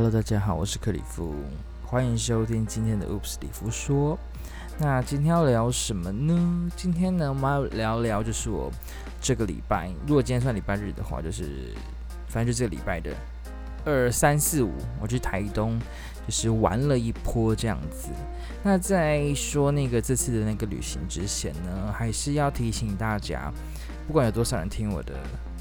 Hello， 大家好，我是克里夫，欢迎收听今天的 Oops 里夫说。那今天要聊什么呢？今天呢，我们要聊聊就是我这个礼拜，如果今天算礼拜日的话，就是反正就这个礼拜的2、3、4、5，我去台东就是玩了一波这样子。那在说这次的那个旅行之前呢，还是要提醒大家，不管有多少人听我的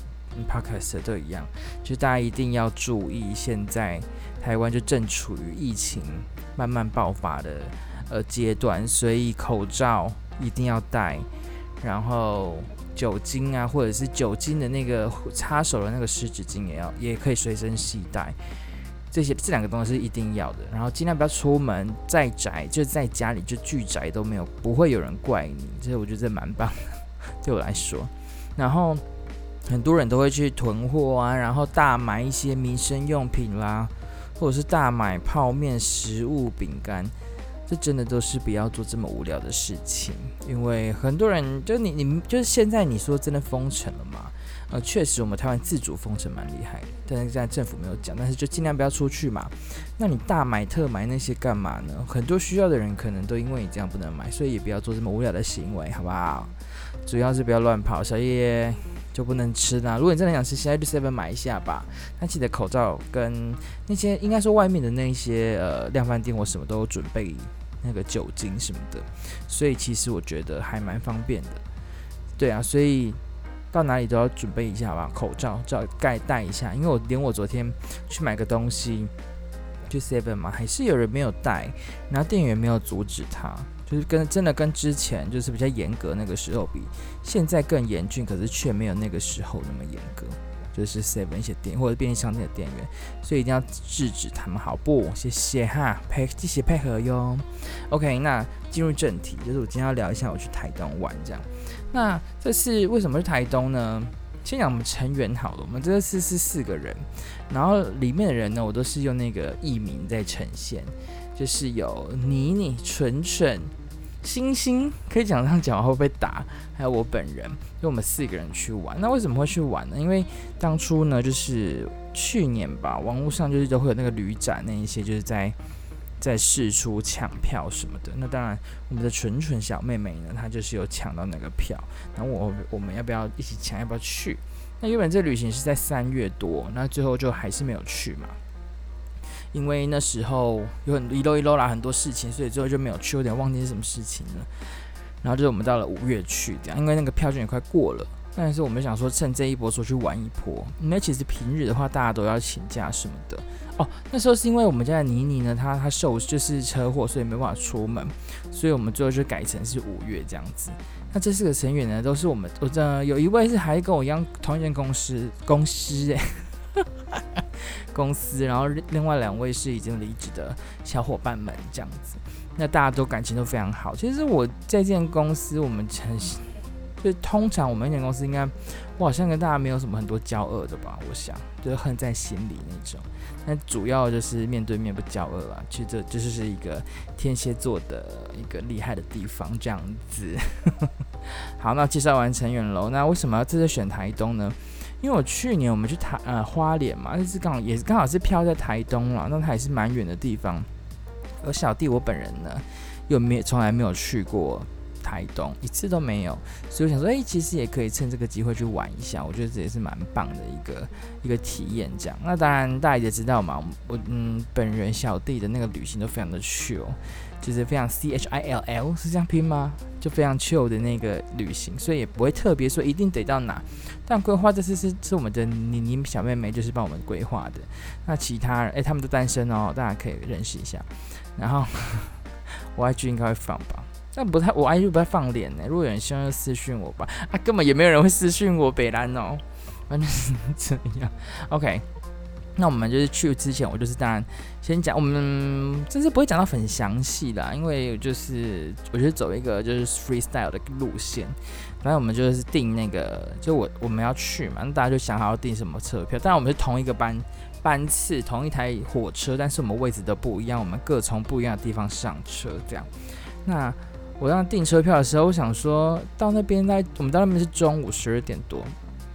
podcast 都一样，就是大家一定要注意，现在台湾就正处于疫情慢慢爆发的阶段，所以口罩一定要戴，然后酒精啊，或者是酒精的那个擦手的那个湿纸巾也可以随身携带，这两个东西是一定要的。然后尽量不要出门，再宅就在家里就巨宅都没有，不会有人怪你，这我觉得蛮棒的，对我来说。然后很多人都会去囤货啊，然后大买一些民生用品啦，或者是大买泡面、食物、饼干，这真的都是不要做这么无聊的事情。因为很多人就你就是现在你说真的封城了嘛？确实我们台湾自主封城蛮厉害的，但是现在政府没有讲，但是就尽量不要出去嘛。那你大买特买那些干嘛呢？很多需要的人可能都因为你这样不能买，所以也不要做这么无聊的行为，好不好？主要是不要乱跑，小夜就不能吃啦。如果你真的想吃，现在去 7 买一下吧。但记得口罩跟那些应该说外面的那些量贩店或什么都有准备那个酒精什么的，所以其实我觉得还蛮方便的。对啊，所以到哪里都要准备一下吧，口罩就要戴一下。因为连我昨天去买个东西，去 7 嘛，还是有人没有戴，然后店员没有阻止他。就是真的跟之前就是比较严格那个时候比，现在更严峻，可是却没有那个时候那么严格。就是 7 一些店或者便利商店的店员，所以一定要制止他们，好不？谢谢哈，谢谢配合哟。OK， 那进入正题，就是我今天要聊一下我去台东玩这样。那这次为什么去台东呢？先讲我们成员好了，我们这次是4个人，然后里面的人呢，我都是用那个艺名在呈现，就是有妮妮、纯纯、星星，可以讲这样讲会不会被打？还有我本人，就我们4个人去玩。那为什么会去玩呢？因为当初呢，就是去年吧，网络上就是都会有那个旅展那一些，就是在释出抢票什么的。那当然，我们的纯纯小妹妹呢，她就是有抢到那个票。然后我们要不要一起抢？要不要去？那原本这旅行是在3月多，那最后就还是没有去嘛。因为那时候有一漏啦，很多事情，所以最后就没有去，有点忘记是什么事情了。然后就是我们到了5月去，这样，因为那个票券也快过了，但是我们想说趁这一波出去玩一波。因为其实平日的话，大家都要请假什么的。那时候是因为我们家的妮妮呢，她就是车祸，所以没办法出门，所以我们最后就改成是5月这样子。那这4个成员呢，都是有一位是还跟我一样同一间公司公司，然后另外2位是已经离职的小伙伴们这样子。那大家都感情都非常好。其实我在这间公司，就通常我们那间公司应该，我好像跟大家没有什么很多交恶的吧，我想就是恨在心里那种。但主要就是面对面不交恶啊，其实这就是一个天蝎座的一个厉害的地方这样子。好，那介绍完成员喽。那为什么要这次选台东呢？因为我去年我们去花莲嘛，但是刚好是飘在台东啦，那它也是蛮远的地方。而小弟我本人呢，从来没有去过台东，一次都没有，所以我想说，其实也可以趁这个机会去玩一下，我觉得这也是蛮棒的一个体验这样。那当然大家也知道嘛，我本人小弟的那个旅行都非常的 chill， 就是非常 chill 是这样拼吗？就非常 chill 的那个旅行，所以也不会特别说一定得到哪。但规划这次是我们的妮妮小妹妹，就是帮我们规划的。那其他人他们都单身哦，大家可以认识一下。然后我 IG 应该会放吧。但我 IG 不太放脸呢。如果有人希望就私讯我吧，根本也没有人会私讯我，北兰哦，反正是这样。OK， 那我们就是去之前，我就是当然先讲，我们这次不会讲到很详细啦，因为我觉得走一个就是 freestyle 的路线。反正我们就是订那个，就我们要去嘛，那大家就想好要订什么车票。当然我们是同一个班次，同一台火车，但是我们位置都不一样，我们各从不一样的地方上车这样。那我当时订车票的时候，我想说到那边我们到那边是中午12点多，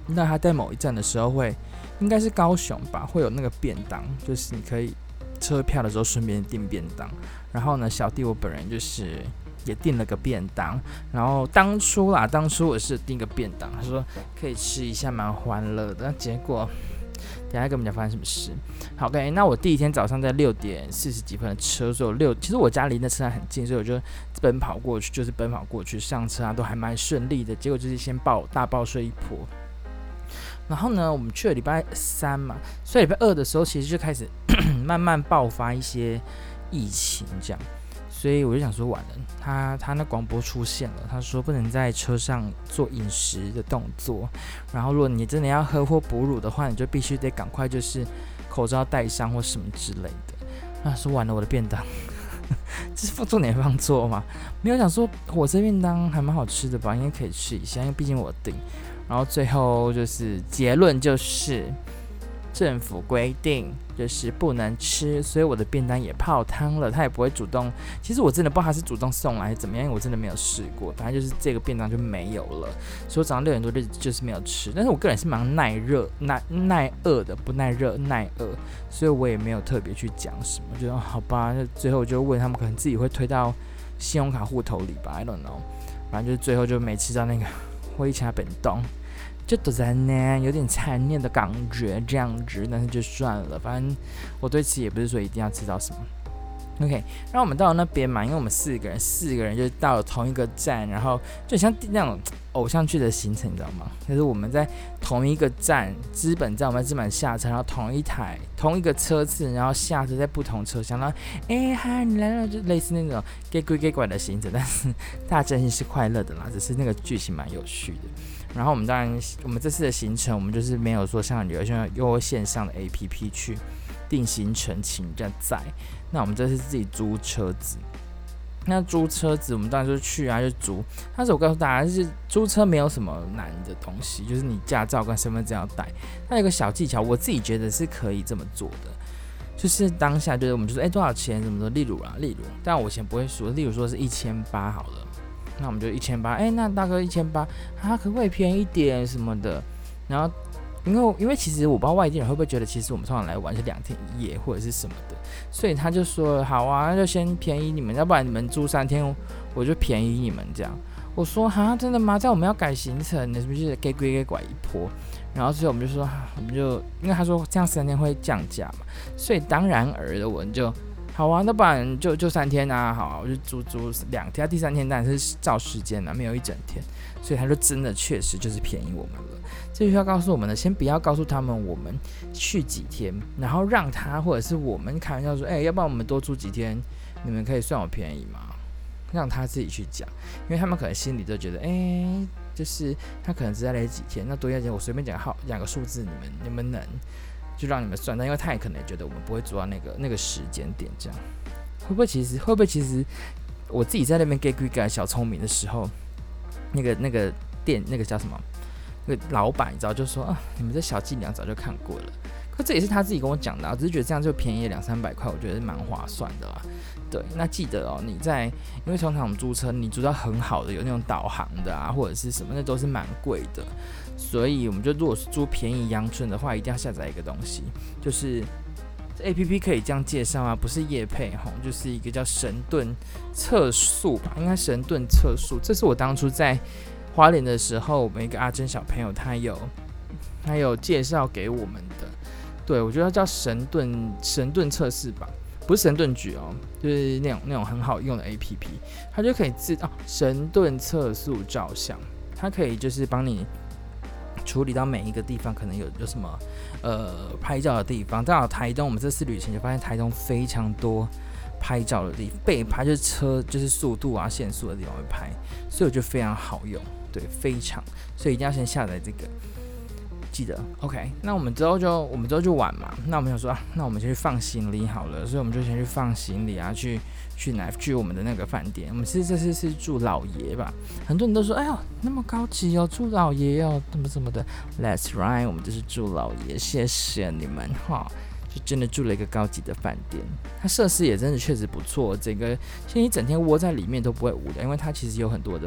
那他在某一站的时候应该是高雄吧，会有那个便当，就是你可以车票的时候顺便订便当。然后呢，小弟我本人就是也订了个便当。然后当初我是订个便当，他说可以吃一下，蛮欢乐的。结果等一下跟我们讲发生什么事。好 ，OK， 那我第一天早上在6点40几分的车，所以其实我家离那车站很近，所以我就奔跑过去上车都还蛮顺利的。结果就是先大爆睡一波。然后呢，我们去了礼拜3嘛，所以礼拜2的时候其实就开始慢慢爆发一些疫情这样。所以我就想说，完了，他那广播出现了，他说不能在车上做饮食的动作，然后如果你真的要喝或哺乳的话，你就必须得赶快就是口罩戴上或什么之类的。他说完了，我的便当，这是重点放错吗？没有，想说火车便当还蛮好吃的吧，应该可以吃一下，因为毕竟我订。然后最后就是结论就是政府规定就是不能吃，所以我的便当也泡汤了，他也不会主动。其实我真的不知道他是主动送来还是怎么样，因为我真的没有试过。反正就是这个便当就没有了，所以我早上6点多就是没有吃。但是我个人是蛮耐饿的，不耐热耐饿，所以我也没有特别去讲什么，就好吧。最后我就问他们，可能自己会推到信用卡户头里吧 ，I don't know。反正就是最后就没吃到那个灰茶便当。就突然呢，有点残念的感觉这样子，但是就算了，反正我对此也不是说一定要知道什么。OK， 然后我们到了那边嘛，因为我们4个人就到了同一个站，然后就像那种偶像剧的行程，你知道吗？就是我们在同一个站，资本站，我们在资本下车，然后同一个车次，然后下车在不同车厢，然后嗨你来了，就类似那种给鬼给怪的行程，但是大家真心是快乐的啦，只是那个剧情蛮有趣的。然后我们这次的行程，我们就是没有说像有些用线上的 APP 去定行程请人家载，那我们这次自己租车子。那租车子我们当然就去啊，就租。但是我告诉大家，就是租车没有什么难的东西，就是你驾照跟身份证要带。那有个小技巧，我自己觉得是可以这么做的，就是当下就是我们就说，多少钱什么的，例如，但我以前不会说，例如说是1800好了。那我们就1800，那大哥1800，可不可以便宜一点什么的？然后，因为其实我不知道外地人会不会觉得，其实我们通常来玩是2天1夜或者是什么的，所以他就说好啊，那就先便宜你们，要不然你们住3天，我就便宜你们这样。我说真的吗？这样我们要改行程，你是不是给拐一波？然后所以我们就说，因为他说这样3天会降价嘛，所以当然的我们就。好啊，那不然就3天啊，好啊，我就租2天，第3天当然是照时间啦，没有1整天，所以他就真的确实就是便宜我们了。这就要告诉我们的，先不要告诉他们我们去几天，然后让他或者是我们开玩笑说，要不然我们多住几天，你们可以算我便宜吗？让他自己去讲，因为他们可能心里都觉得，就是他可能只在来几天，那多一点我随便讲2个数字，你们能？就让你们算，但因为他也可能觉得我们不会做到那个时间点，这样会不会其实我自己在那边给小聪明的时候，那个店那个叫什么，那个老板你知道就说你们这小伎俩早就看过了，可这也是他自己跟我讲的，我只是觉得这样就便宜200-300块，我觉得蛮划算的啦。对，那记得因为通常我们租车，你租到很好的有那种导航的啊，或者是什么，那都是蛮贵的。所以我们就如果是租便宜阳春的话，一定要下载一个东西，就是这 APP 可以这样介绍啊，不是业配齁，就是一个叫神盾测速吧，应该神盾测速。这是我当初在花莲的时候，我们一个阿珍小朋友他有介绍给我们的。对，我觉得叫神盾测试吧。不是神盾局哦，就是那种很好用的 APP， 它就可以神盾测速照相，它可以就是帮你处理到每一个地方可能有什么拍照的地方。到了台东，我们这次旅程就发现台东非常多拍照的地方，被拍就是车就是速度啊限速的地方会拍，所以我觉得非常好用，对，非常，所以一定要先下载这个。记得 OK， 那我们之后就玩嘛。那我们想说那我们先去放行李好了，所以我们就先去放行李啊，去我们的那个饭店。我们这次是住老爷吧，很多人都说哎呦那么高级哦，住老爷哦，什么的。That's right， 我们就是住老爷，谢谢你们哈。就真的住了一个高级的饭店，它设施也真的确实不错，其实你整天窝在里面都不会无聊，因为它其实有很多的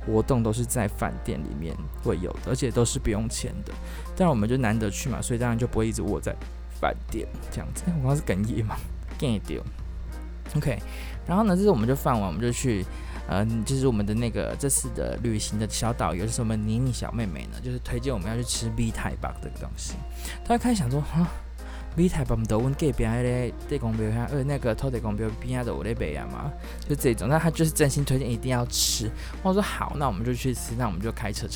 活动都是在饭店里面会有的，而且都是不用钱的。当然我们就难得去嘛，所以当然就不会一直窝在饭店这样子。我刚刚是哽咽嘛，哽掉。OK， 然后呢，这次我们就放完，我们就去。就是我们的那个这次的旅行的小导游，就是我们妮妮小妹妹呢，就是推荐我们要去吃米台堡这个东西。她开始想说，米台堡唔到阮隔壁迄个地公庙遐，那个土地公庙边仔就有咧卖啊嘛，就这种。那她就是真心推荐一定要吃。我说好，那我们就去吃，那我们就开车，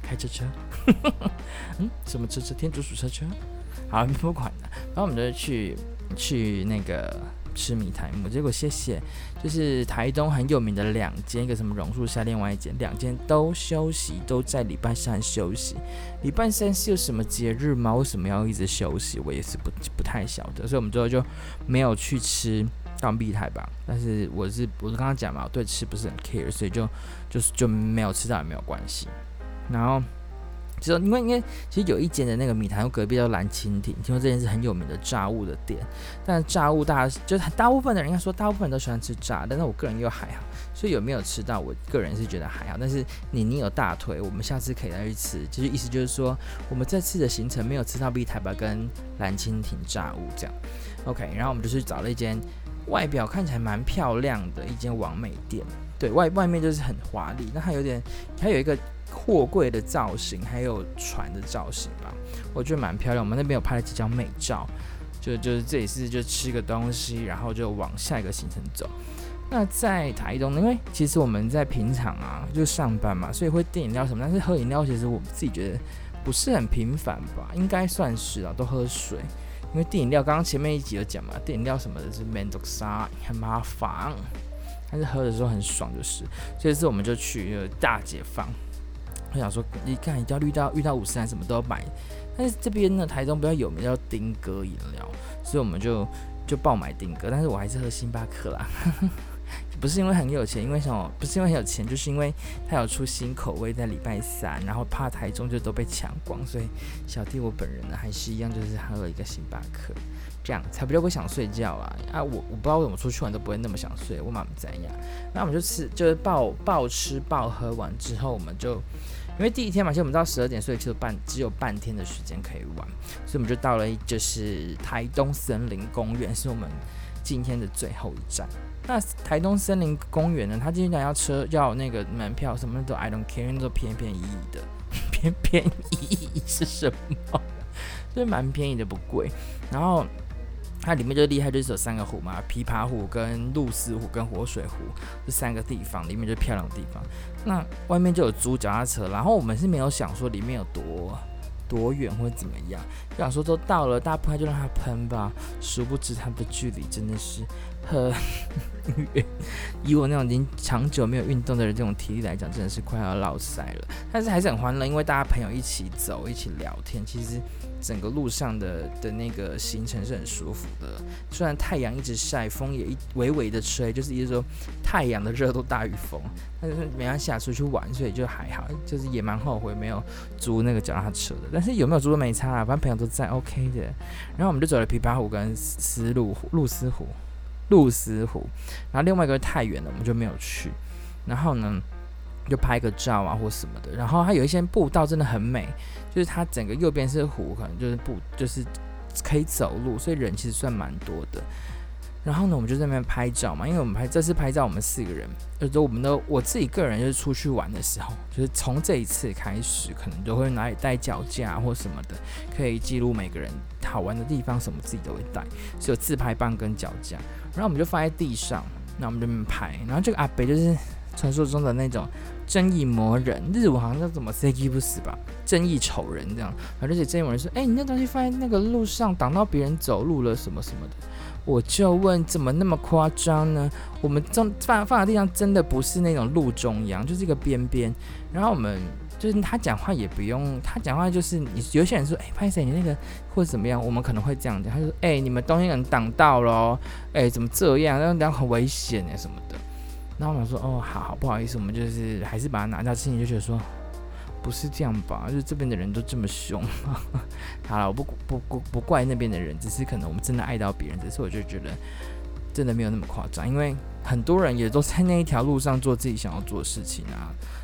什么车？天竺鼠车？好，不管了。然后我们就去那个。吃米苔目，结果谢，就是台东很有名的2间，一个什么榕树下，另外一间，2间都休息，都在礼拜三休息。礼拜三是有什么节日吗？为什么要一直休息？我也是不太晓得，所以我们最后就没有去吃到米苔吧。但是我刚刚讲嘛，我对吃不是很 care， 所以就没有吃到也没有关系。然后。就因为其实有一间的那个米苔目隔壁叫蓝蜻蜓，听说这间是很有名的炸物的店，但炸物就是大部分的人应该说大部分人都喜欢吃炸，但是我个人又还好，所以有没有吃到我个人是觉得还好，但是你有大腿，我们下次可以再去吃，就是意思就是说我们这次的行程没有吃到米苔吧跟蓝蜻蜓炸物这样 ，OK， 然后我们就去找了一间外表看起来蛮漂亮的一间网美店，对外面就是很华丽，那它有一个。货柜的造型，还有船的造型吧，我觉得蛮漂亮。我们那边有拍了几张美照，就是这也是就吃个东西，然后就往下一个行程走。那在台东，因为其实我们在平常啊就上班嘛，所以会订饮料什么，但是喝饮料其实我自己觉得不是很频繁吧，应该算是啊，都喝水。因为订饮料，刚刚前面一集有讲嘛，订饮料什么的是面倒沙，很麻烦，但是喝的时候很爽就是。所以这次我们就去大解放。我想说，你看，一定要遇到50什么都要买，但是这边呢，台中比较有名叫丁哥饮料，所以我们就爆买丁哥，但是我还是喝星巴克啦，不是因为很有钱，因为什么？不是因为很有钱，就是因为他有出新口味在礼拜3，然后怕台中就都被抢光，所以小弟我本人呢还是一样，就是喝了一个星巴克，这样才比较不想睡觉啊！我不知道为什么出去玩都不会那么想睡，我妈妈怎样？那我们就是暴吃暴喝完之后，我们就。因为第一天嘛，其实我们到12点，所以只有半天的时间可以玩，所以我们就到了就是台东森林公园，是我们今天的最后一站。那台东森林公园呢，它今天要那个门票什么都 I don't care， 都便宜的，便宜是什么？就是蛮便宜的，不贵。然后它里面就厉害，就是有3个湖嘛，琵琶湖、跟鹭鸶湖、跟活水湖这3个地方，里面就是漂亮的地方。那外面就有租脚踏车，然后我们是没有想说里面有多远或者怎么样，就想说都到了，大喷就让它喷吧。殊不知它的距离真的是很远，以我那种已经长久没有运动的人这种体力来讲，真的是快要落塞了。但是还是很欢乐，因为大家朋友一起走，一起聊天，其实整个路上的那个行程是很舒服的。虽然太阳一直晒，风也微微的吹，就是意思说太阳的热都大于风，但是没办法出去玩，所以就还好，就是也蛮后悔没有租那个脚踏车的。但是有没有租都没差啦，反正朋友都在 OK 的。然后我们就走了琵琶湖跟鹭鸶湖，然后另外一个太远了，我们就没有去。然后呢，就拍个照啊或什么的。然后它有一些步道真的很美，就是它整个右边是湖，可能就是可以走路，所以人其实算蛮多的。然后呢，我们就在那边拍照嘛，因为我们这次拍照，我们4个人，我自己个人就是出去玩的时候，就是从这一次开始，可能都会拿里带脚架或什么的，可以记录每个人好玩的地方，什么自己都会带，是有自拍棒跟脚架。然后我们就放在地上，那我们就那边拍。然后这个阿北就是传说中的那种正义魔人，日文好像叫什么 Seki 不死吧，正义丑人这样。然后这些正义魔人说：“你那东西放在那个路上，挡到别人走路了，什么什么的。”我就问，怎么那么夸张呢？我们放的地方真的不是那种路中央，就是一个边边。然后我们就是他讲话也不用，他讲话就是有些人说，拍谁你那个或者怎么样，我们可能会这样讲，他就说，你们东西人挡到了，怎么这样，然后很危险什么的。然后我们说，好不好意思，我们就是还是把它拿掉，心里就觉得说。不是这样吧？就是这边的人都这么凶。好了，我不怪那边的人，只是可能我们真的爱到别人，只是我就觉得真的没有那么夸张，因为很多人也都在那一条路上做自己想要做的事情啊。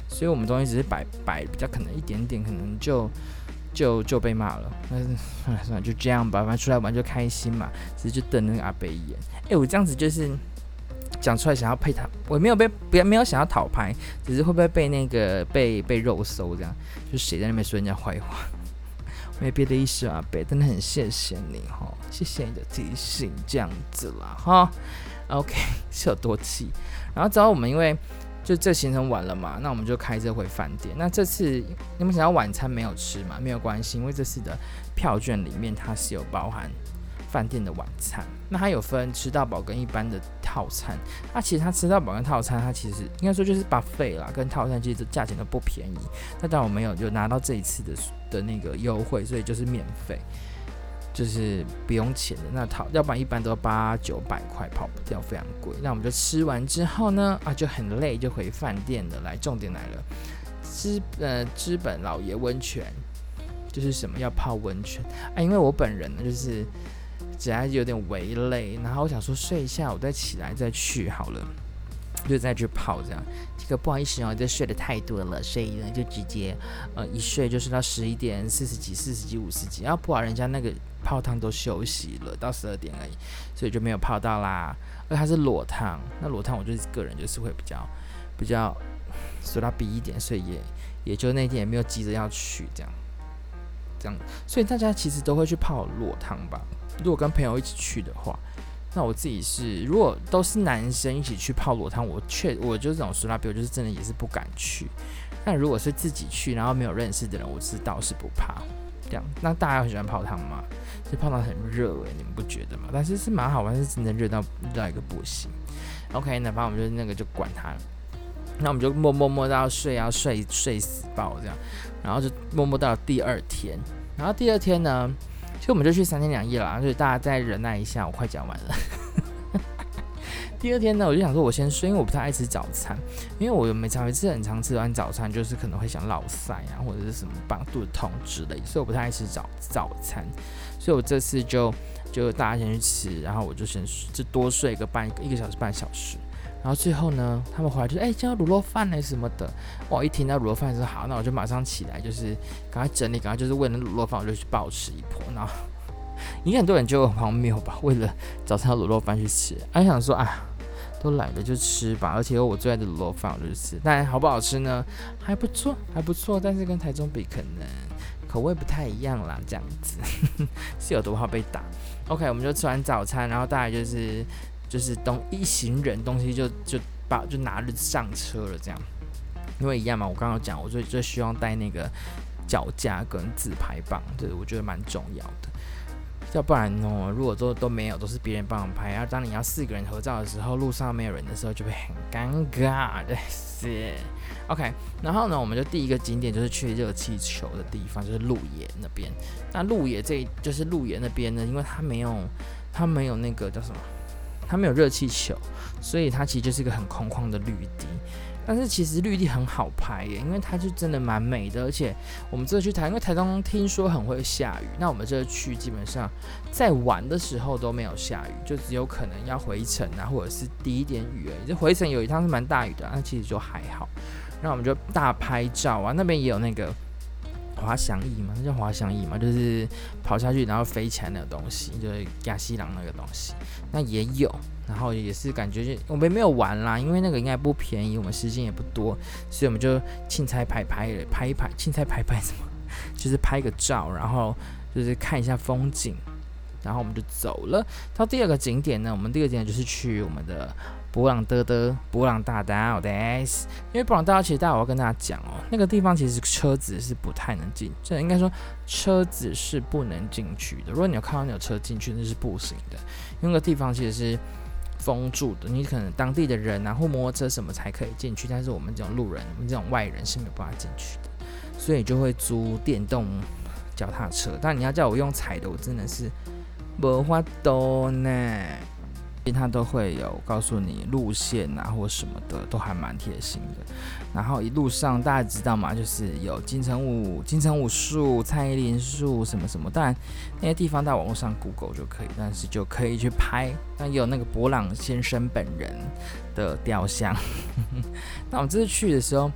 所以我们东西只是摆比较可能一点点，可能就被骂了。但是算了，就这样吧，反正出来玩就开心嘛，只是就瞪那个阿伯一眼。我这样子就是讲出来想要配他，我没有想要讨拍，只是会不会被那个被肉搜这样，就谁在那边说人家坏话。没别的意思啊，北真的很谢谢你哈，谢谢你的提醒，这样子啦哈。OK， 是有多气。然后之后我们因为就这行程完了嘛，那我们就开车回饭店。那这次你们想要晚餐没有吃嘛？没有关系，因为这次的票券里面它是有包含饭店的晚餐，那它有分吃到饱跟一般的套餐。那其实它吃到饱跟套餐，它其实应该说就是 buffet 啦，跟套餐其实价钱都不便宜。那当然我们有拿到这一次的那个优惠，所以就是免费，就是不用钱的。那要不然一般都800-900块，跑不掉，非常贵。那我们就吃完之后呢，就很累，就回饭店了。来，重点来了，知本老爷温泉。就是什么要泡温泉因为我本人呢就是只要有点微累，然后我想说睡一下，我再起来再去好了，就再去泡这样。这个不好意思这睡得太多了，所以呢就直接一睡就睡到11点40几、50几，然后不好人家那个泡汤都休息了，到12点而已，所以就没有泡到啦。而它是裸汤，那裸汤我就是个人就是会比较手到逼一点，所以也就那天也没有急着要去这样。所以大家其实都会去泡裸汤吧。如果跟朋友一起去的话，那我自己是，如果都是男生一起去泡裸汤，我就是这种苏拉比，我就是真的也是不敢去。但如果是自己去，然后没有认识的人，我是倒是不怕。这样，那大家很喜欢泡汤吗？其实泡汤很热你们不觉得吗？但是是蛮好玩，是真的热到一个不行。OK， 那反正我们就那个就管他了。那我们就默到睡死爆这样，然后就默到第二天，然后第二天呢，其实我们就去3天2夜啦，所以大家再忍耐一下，我快讲完了。第二天呢，我就想说我先睡，因为我不太爱吃早餐，因为我每次很常吃完早餐，就是可能会想落塞啊，或者是什么肚子痛之类，所以我不太爱吃早餐，所以我这次就大家先去吃，然后我就多睡1个小时半小时。然后最后呢，他们回来就说：“今天卤肉饭什么的。”哇！一听到卤肉饭说好，那我就马上起来，就是赶快整理，赶快就是为了卤肉饭，我就去暴吃一波。然后应该很多人就很荒谬吧，为了早餐卤肉饭去吃，想说都来了就吃吧。而且我最爱的卤肉饭我就吃，但好不好吃呢？还不错，但是跟台中比可能口味不太一样啦，这样子是有多怕被打。OK， 我们就吃完早餐，然后大概就是一行人东西就拿着上车了这样，因为一样嘛，我刚刚讲我最希望带那个脚架跟自拍棒，对，我觉得蛮重要的。要不然如果都没有，都是别人帮我拍，然后当你要4个人合照的时候，路上没有人的时候，就会很尴尬的是。OK， 然后呢，我们就第一个景点就是去热气球的地方，就是鹿野那边。那鹿野那边呢，因为它没有那个叫什么？它没有热气球，所以它其实就是一个很空旷的绿地。但是其实绿地很好拍耶，因为它就真的蛮美的。而且我们这去因为台中听说很会下雨，那我们这去基本上在晚的时候都没有下雨，就只有可能要回程或者是滴一点雨而已。就回程有一趟是蛮大雨的，那其实就还好。那我们就大拍照那边也有那个滑翔翼嘛，那叫滑翔翼嘛，就是跑下去然后飞起来那个东西，就是亚西郎那个东西，那也有。然后也是感觉我们没有玩啦，因为那个应该不便宜，我们时间也不多，所以我们就钦差拍一拍，钦差拍什么，就是拍个照，然后就是看一下风景，然后我们就走了。到第二个景点呢，我们第二个景点就是去我们的博朗大道的，因为博朗大道其实我要跟大家讲那个地方其实车子是不太能进，这应该说车子是不能进去的。如果你有看到你有车进去，那是不行的，因为那个地方其实是封住的，你可能当地的人或摩托车什么才可以进去，但是我们这种路人，我们这种外人是没有办法进去的，所以就会租电动脚踏车。但你要叫我用踩的，我真的是没法度呢。它都会有告诉你路线或什么的，都还蛮贴心的。然后一路上大家知道吗？就是有金城武树、蔡依林树什么什么，当然那些地方在网络上 Google 就可以，但是就可以去拍。那也有那个博朗先生本人的雕像。那我们这次去的时候，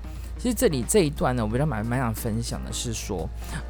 其实这一段呢，我比较蛮想分享的是说，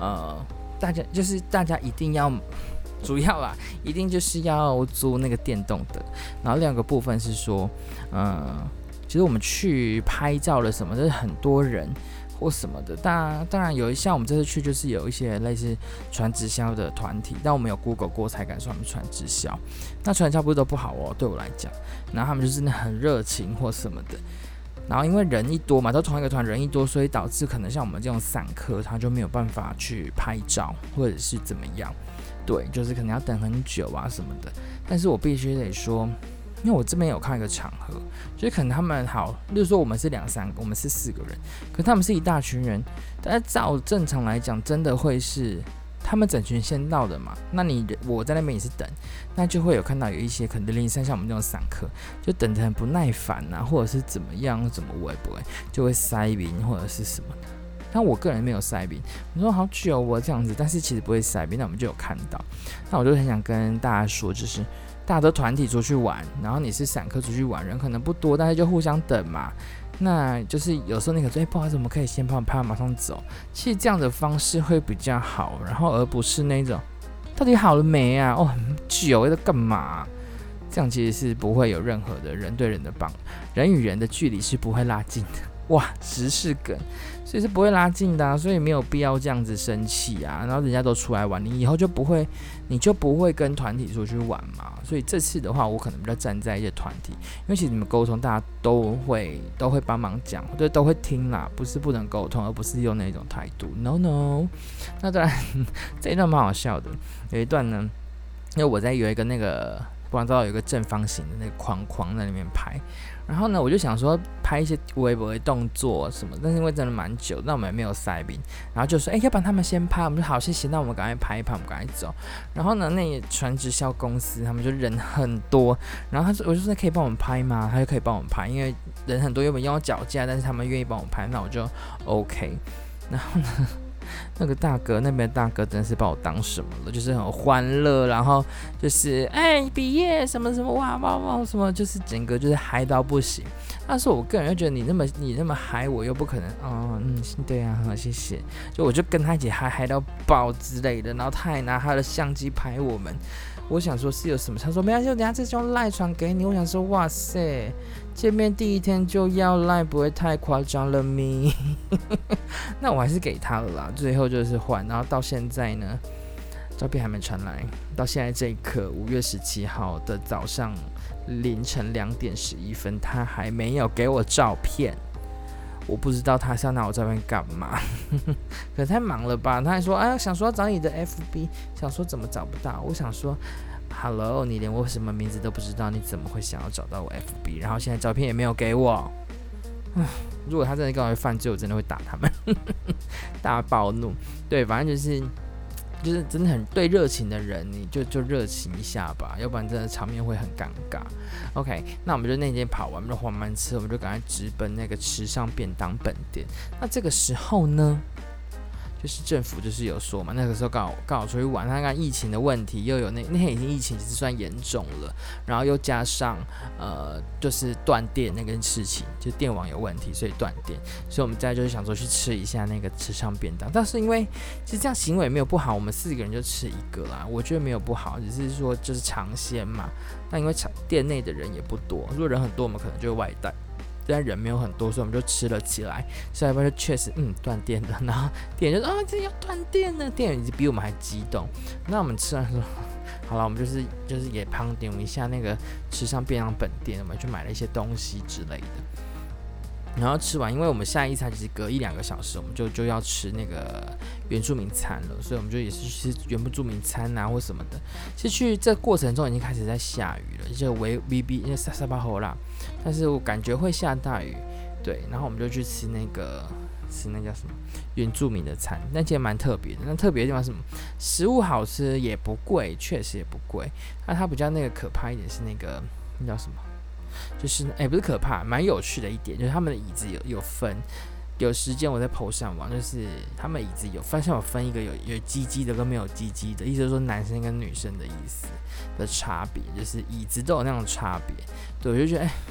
大家一定要。主要啦，一定就是要租那个电动的。然后另外一个部分是说，其实我们去拍照的什么，就是很多人或什么的。当然有像我们这次去，就是有一些类似传直销的团体，但我们有 Google 过才敢说他们传直销。那传直销不是都不好哦，对我来讲。然后他们就真的很热情或什么的。然后因为人一多嘛，都同一个团人一多，所以导致可能像我们这种散客，他就没有办法去拍照或者是怎么样。对，就是可能要等很久啊什么的，但是我必须得说，因为我这边有看一个场合，就是可能他们好，例如说我们是2-3个，我们是4个人，可他们是一大群人，但是照正常来讲，真的会是他们整群先到的嘛？那我在那边也是等，那就会有看到有一些可能003像我们这种散客，就等得很不耐烦啊，或者是怎么样，怎么会不会就会塞宾或者是什么的。但我个人没有塞宾，我说好久哦这样子，但是其实不会塞宾，那我们就有看到。那我就很想跟大家说，就是大家都团体出去玩，然后你是散客出去玩，人可能不多，但是就互相等嘛。那就是有时候你可说，不好意思，我们可以先拍完马上走。其实这样的方式会比较好，然后而不是那种到底好了没啊？哦，很久在干嘛？这样其实是不会有任何的人对人的人与人的距离是不会拉近的。哇，时事梗，所以是不会拉近的所以没有必要这样子生气啊。然后人家都出来玩，你以后就不会跟团体出去玩嘛。所以这次的话，我可能比较站在一些团体，因为其实你们沟通，大家都会帮忙讲，对，都会听啦，不是不能沟通，而不是用那种态度。No， 那当然这一段蛮好笑的，有一段呢，因为我在有一个那个。不然知道有一个正方形的那个框在里面拍，然后呢，我就想说拍一些微博的动作什么，但是因为真的蛮久，那我们也没有塞宾，然后就说，要不然他们先拍，我们就好，谢谢，那我们赶快拍一拍，我们赶快走。然后呢，那传直销公司他们就人很多，然后我就说可以帮我们拍吗？他就可以帮我们拍，因为人很多，原本要脚架，但是他们愿意帮我拍，那我就 OK。然后呢？那边的大哥真的是把我当什么了，就是很欢乐，然后就是毕业什么什么哇什么，就是整个就是嗨到不行。但是我个人就觉得你那么嗨，我又不可能对啊，好谢谢。就我就跟他一起嗨到爆之类的，然后他还拿他的相机拍我们。我想说是有什么，他说没关系，我等一下这就用赖传给你。我想说哇塞，见面第一天就要赖，不会太夸张了咪？那我还是给他了啦。最后就是换，然后到现在呢，照片还没传来。到现在这一刻，5月17号的早上凌晨2点11分，他还没有给我照片。我不知道他是要拿我照片干嘛，可能太忙了吧？他还说，想说要找你的 FB， 想说怎么找不到？我想说 ，Hello， 你连我什么名字都不知道，你怎么会想要找到我 FB？ 然后现在照片也没有给我，如果他真的跟我犯罪，我真的会打他们，大暴怒。对，反正就是真的很对热情的人，你就热情一下吧，要不然真的场面会很尴尬。OK， 那我们就那天跑完，我们就缓慢吃，我们就赶快直奔那个池上便当本店。那这个时候呢，就是政府就是有说嘛，那个时候刚好出去玩，他看疫情的问题，又有那天已经疫情其实算严重了，然后又加上就是断电那个事情，就电网有问题，所以断电，所以我们再就是想说去吃一下那个池上便当，但是因为其实这样行为没有不好，我们4个人就吃一个啦，我觉得没有不好，只是说就是尝鲜嘛。那因为店内的人也不多，如果人很多，我们可能就会外带。但人没有很多，所以我们就吃了起来。下一半就确实断电了，然后店员就说这要断电了，店员比我们还激动。那我们吃完说好了，我们就是也旁点一下那个池上便当本店，我们去买了一些东西之类的。然后吃完，因为我们下一餐其实隔1-2个小时，我们就要吃那个原住民餐了，所以我们就也是吃原住民餐啊或什么的。其实去这过程中已经开始在下雨了，就因为沙巴河啦，但是我感觉会下大雨，对。然后我们就去吃那叫什么原住民的餐，那其实蛮特别的。那特别的地方是什么？食物好吃也不贵，确实也不贵。那它比较那个可怕一点是那叫什么？就是不是可怕，蛮有趣的一点，就是他们的椅子有分，有时间我在 po 上网，就是他们椅子有分一个有鸡鸡的跟没有鸡鸡的，意思就是说男生跟女生的意思的差别，就是椅子都有那种差别。对，我就觉得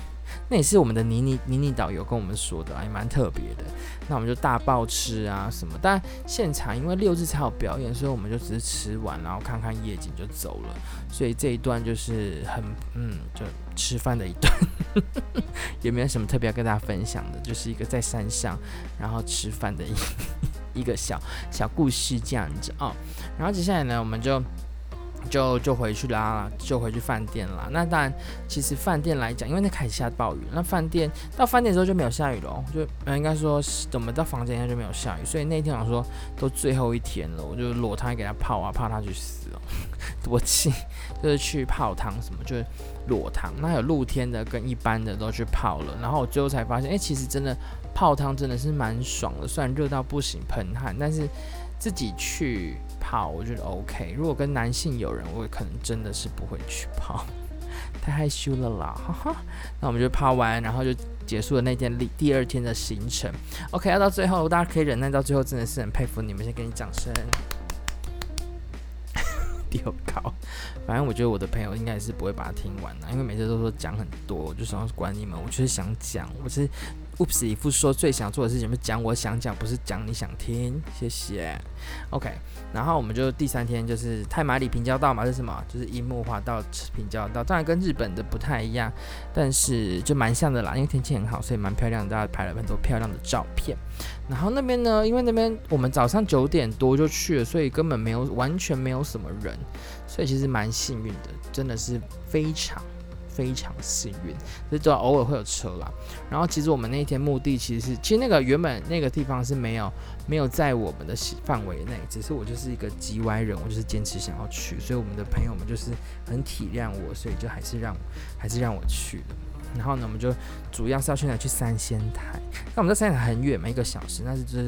那也是我们的妮妮导游跟我们说的，也蛮特别的。那我们就大爆吃啊什么，但现场因为6日才有表演，所以我们就只是吃完，然后看看夜景就走了。所以这一段就是很就吃饭的一段，也没有什么特别要跟大家分享的，就是一个在山上然后吃饭的一个小故事这样子哦。然后接下来呢，我们就回去啦，就回去饭店啦。那当然，其实饭店来讲，因为那开始下暴雨，那到饭店的时候就没有下雨了，就应该说我们到房间就没有下雨，所以那一天我说都最后一天了，我就裸汤给他泡啊，怕他去死哦，多气，就是去泡汤什么，就是裸汤。那有露天的跟一般的都去泡了，然后我最后才发现，其实真的泡汤真的是蛮爽的，虽然热到不行喷汗，但是自己去泡我觉得 OK， 如果跟男性友人，我可能真的是不会去泡，太害羞了啦，哈哈。那我们就泡完，然后就结束了那天第2天的行程。OK， 要到最后，大家可以忍耐到最后，真的是很佩服你们，先给你掌声。丢稿，反正我觉得我的朋友应该是不会把它听完的，因为每次都说讲很多，我就想管你们，我就是想讲，我是 Oops 里夫说最想做的事情，就是讲我想讲，不是讲你想听，谢谢。OK， 然后我们就第3天就是太麻里平交道嘛，是什么？就是樱木花道平交道，当然跟日本的不太一样，但是就蛮像的啦，因为天气很好，所以蛮漂亮的，大家拍了很多漂亮的照片。然后那边呢，因为那边我们早上9点多就去了，所以根本完全没有什么人，所以其实蛮幸运的，真的是非常幸运，就是偶尔会有车啦。然后其实我们那一天目的其实那个原本那个地方是没有在我们的范围内，只是我就是一个急歪人，我就是坚持想要去，所以我们的朋友们就是很体谅我，所以就还是让我去了。然后呢，我们就主要是要去三仙台。那我们在三仙台很远嘛，1个小时，但是就是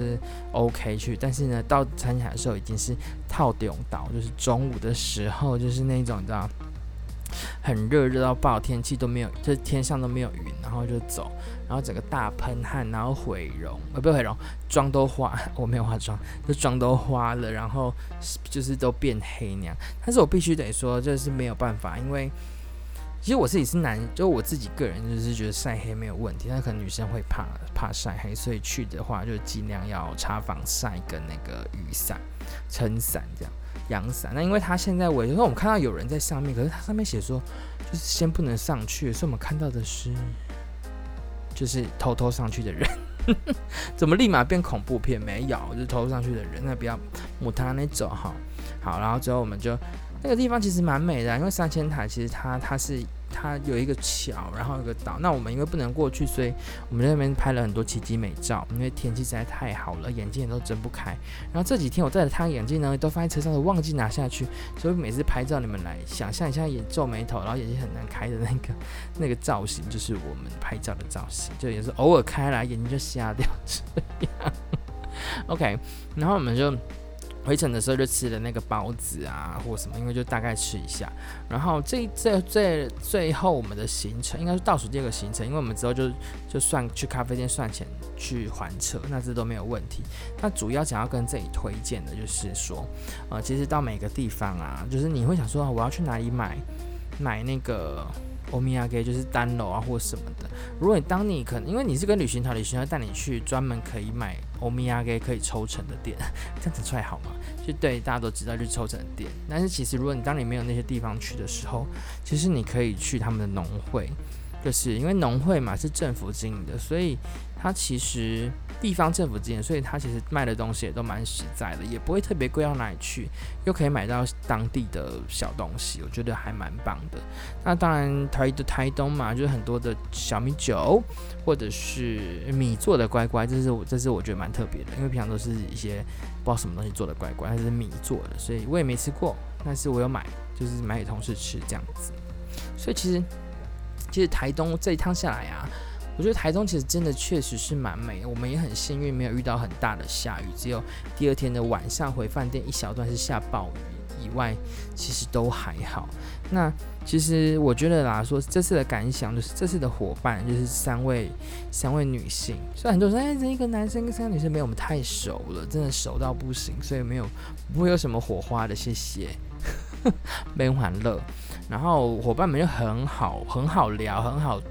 OK 去。但是呢，到三仙台的时候已经是套中岛，就是中午的时候，就是那种你知道很热到爆，天气都没有，就是天上都没有云，然后就走，然后整个大喷汗，然后毁容，不是毁容，妆都花，我没有化妆，就妆都花了，然后就是都变黑那样。但是我必须得说，这是没有办法，因为其实我自己是就我自己个人就是觉得晒黑没有问题，但可能女生会怕晒黑，所以去的话就尽量要擦防晒跟那个雨伞、撑伞这样。阳伞，那因为它现在因为我们看到有人在上面，可是它上面写说就是先不能上去，所以我们看到的是就是偷偷上去的人，怎么立马变恐怖片？没有，就是偷偷上去的人，那不要母汤那走哈。好，然后之后我们就那个地方其实蛮美的，因为三仙台其实它有一个桥，然后有个岛。那我们因为不能过去，所以我们在那边拍了很多奇迹美照。因为天气实在太好了，眼镜也都睁不开。然后这几天我戴的太阳眼镜呢，都放在车上，都忘记拿下去。所以每次拍照，你们来想象一下，皱眉头，然后眼睛很难开的那个造型，就是我们拍照的造型，就也是偶尔开来眼睛就瞎掉这样。OK， 然后我们就回程的时候就吃了那个包子啊，或什么，因为就大概吃一下。然后最后我们的行程应该是倒数第2个行程，因为我们之后就算去咖啡店算钱去还车，那这都没有问题。那主要想要跟这里推荐的就是说，其实到每个地方啊，就是你会想说我要去哪里买那个欧米亚给，就是单楼啊或什么的。如果当你可能因为你是跟旅行团带你去专门可以买欧米亚给可以抽成的店，这样子出来好吗？就对大家都知道就是抽成的店。但是其实如果当你没有那些地方去的时候，其实你可以去他们的农会，就是因为农会嘛是政府经营的，所以它其实地方政府经营，所以它其实卖的东西也都蛮实在的，也不会特别贵到哪里去，又可以买到当地的小东西，我觉得还蛮棒的。那当然台东嘛，就是很多的小米酒或者是米做的乖乖，这是我觉得蛮特别的，因为平常都是一些不知道什么东西做的乖乖，它是米做的，所以我也没吃过，但是我有买，就是买给同事吃这样子。所以其实台东这一趟下来啊，我觉得台东其实真的确实是蛮美的，我们也很幸运没有遇到很大的下雨，只有第2天的晚上回饭店一小段是下暴雨，以外其实都还好。那其实我觉得啦，说这次的感想就是这次的伙伴就是三位女性，虽然很多人说这一个男生跟3个女生没有，我们太熟了，真的熟到不行，所以不会有什么火花的，谢谢。没很欢乐，然后伙伴们就很好聊，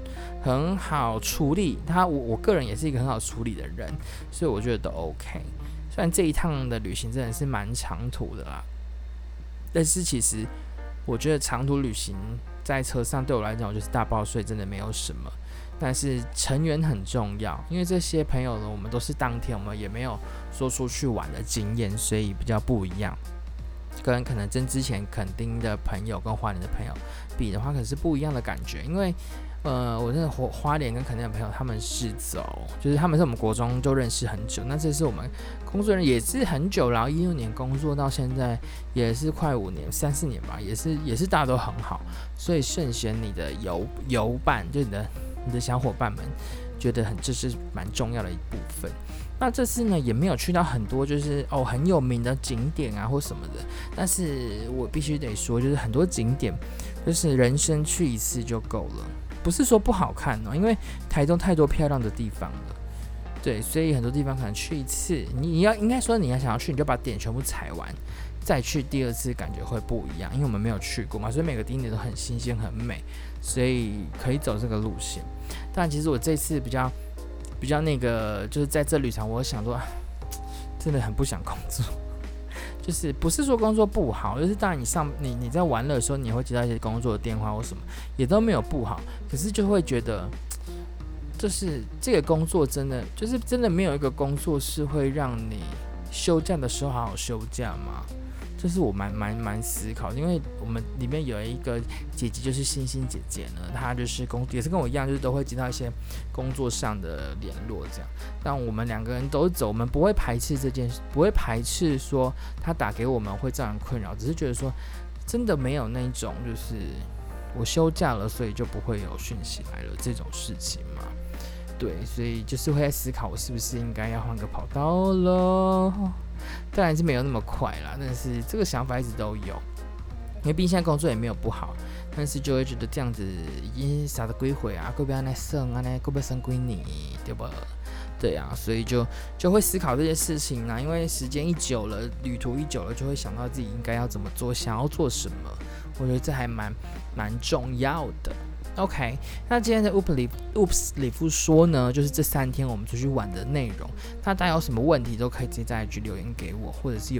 很好处理。我个人也是一个很好处理的人，所以我觉得都 OK。虽然这一趟的旅行真的是蛮长途的啦，但是其实我觉得长途旅行在车上对我来讲，我就是大爆睡，真的没有什么。但是成员很重要，因为这些朋友呢，我们都是当天，我们也没有说出去玩的经验，所以比较不一样。跟可能之前垦丁的朋友跟花莲的朋友比的话，可是不一样的感觉。因为我真的花莲跟垦丁的朋友，他们是就是他们是我们国中就认识很久，那这是我们工作人也是很久了，16年工作到现在也是快5年3-4年吧，也是大家都很好，所以慎选你的游伴，就你的小伙伴们，觉得这是蛮重要的一部分。那这次呢，也没有去到很多就是很有名的景点啊或什么的，但是我必须得说，就是很多景点就是人生去一次就够了，不是说不好看因为台中太多漂亮的地方了，对，所以很多地方可能去一次，应该说你要想要去，你就把点全部踩完，再去第二次感觉会不一样，因为我们没有去过嘛，所以每个景点都很新鲜很美，所以可以走这个路线。但其实我这次比较那个，就是在这旅程，我想说，真的很不想工作。就是不是说工作不好，就是当然你在玩乐的时候，你也会接到一些工作的电话或什么，也都没有不好，可是就会觉得，就是这个工作真的没有一个工作是会让你休假的时候好好休假吗？这是我蛮思考的，因为我们里面有一个姐姐，就是星星姐姐呢，她就是也是跟我一样，就是都会接到一些工作上的联络这样。但我们2个人都走，我们不会排斥这件事，不会排斥说她打给我们会造成困扰，只是觉得说真的没有那种就是我休假了，所以就不会有讯息来了这种事情嘛。对，所以就是会在思考，我是不是应该要换个跑道了。当然是没有那么快啦，但是这个想法一直都有，因为毕竟现在工作也没有不好，但是就会觉得这样子已经啥的几回啊，会不会安尼算安尼，会不会算几年，对吧？对啊，所以就会思考这些事情啦。因为时间一久了，旅途一久了，就会想到自己应该要怎么做，想要做什么。我觉得这还蛮重要的。OK， 那今天的 Oops 里夫说呢，就是这3天我们出去玩的内容。那大家有什么问题都可以直接在 IG 留言给我，或者是有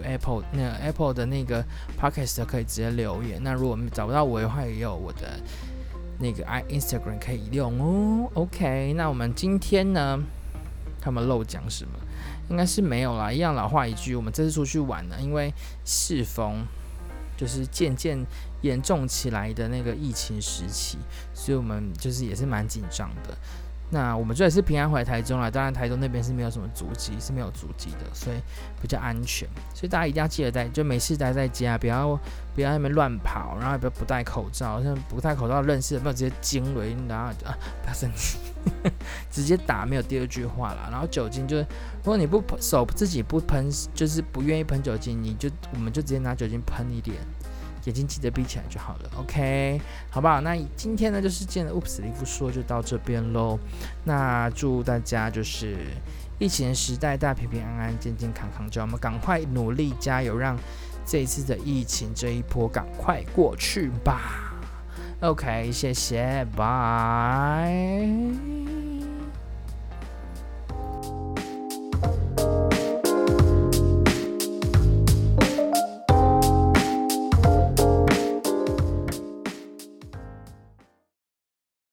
Apple 的那个 Podcast 可以直接留言。那如果找不到我的话，也有我的那个 Instagram 可以用哦。OK， 那我们今天呢，他们漏讲什么？应该是没有啦，一样老话一句，我们这次出去玩呢，因为适逢就是渐渐严重起来的那个疫情时期，所以我们就是也是蛮紧张的。那我们这也是平安回台中啦，当然台中那边是没有什么足迹，是没有足迹的，所以比较安全。所以大家一定要记得就没事待在家，不要在那边乱跑，然后也不戴口罩，像不戴口罩认识的没有直接惊了，然后不要生气，直接打，没有第二句话啦。然后酒精就是，如果你手自己不喷，就是不愿意喷酒精，我们就直接拿酒精喷一点。眼睛记得闭起来就好了 ，OK， 好不好？那今天呢，就是今天的 Oops 里夫说就到这边咯。那祝大家就是疫情时代大家平平安安、健健康康，就我们赶快努力加油，让这一次的疫情这一波赶快过去吧。OK， 谢谢，拜。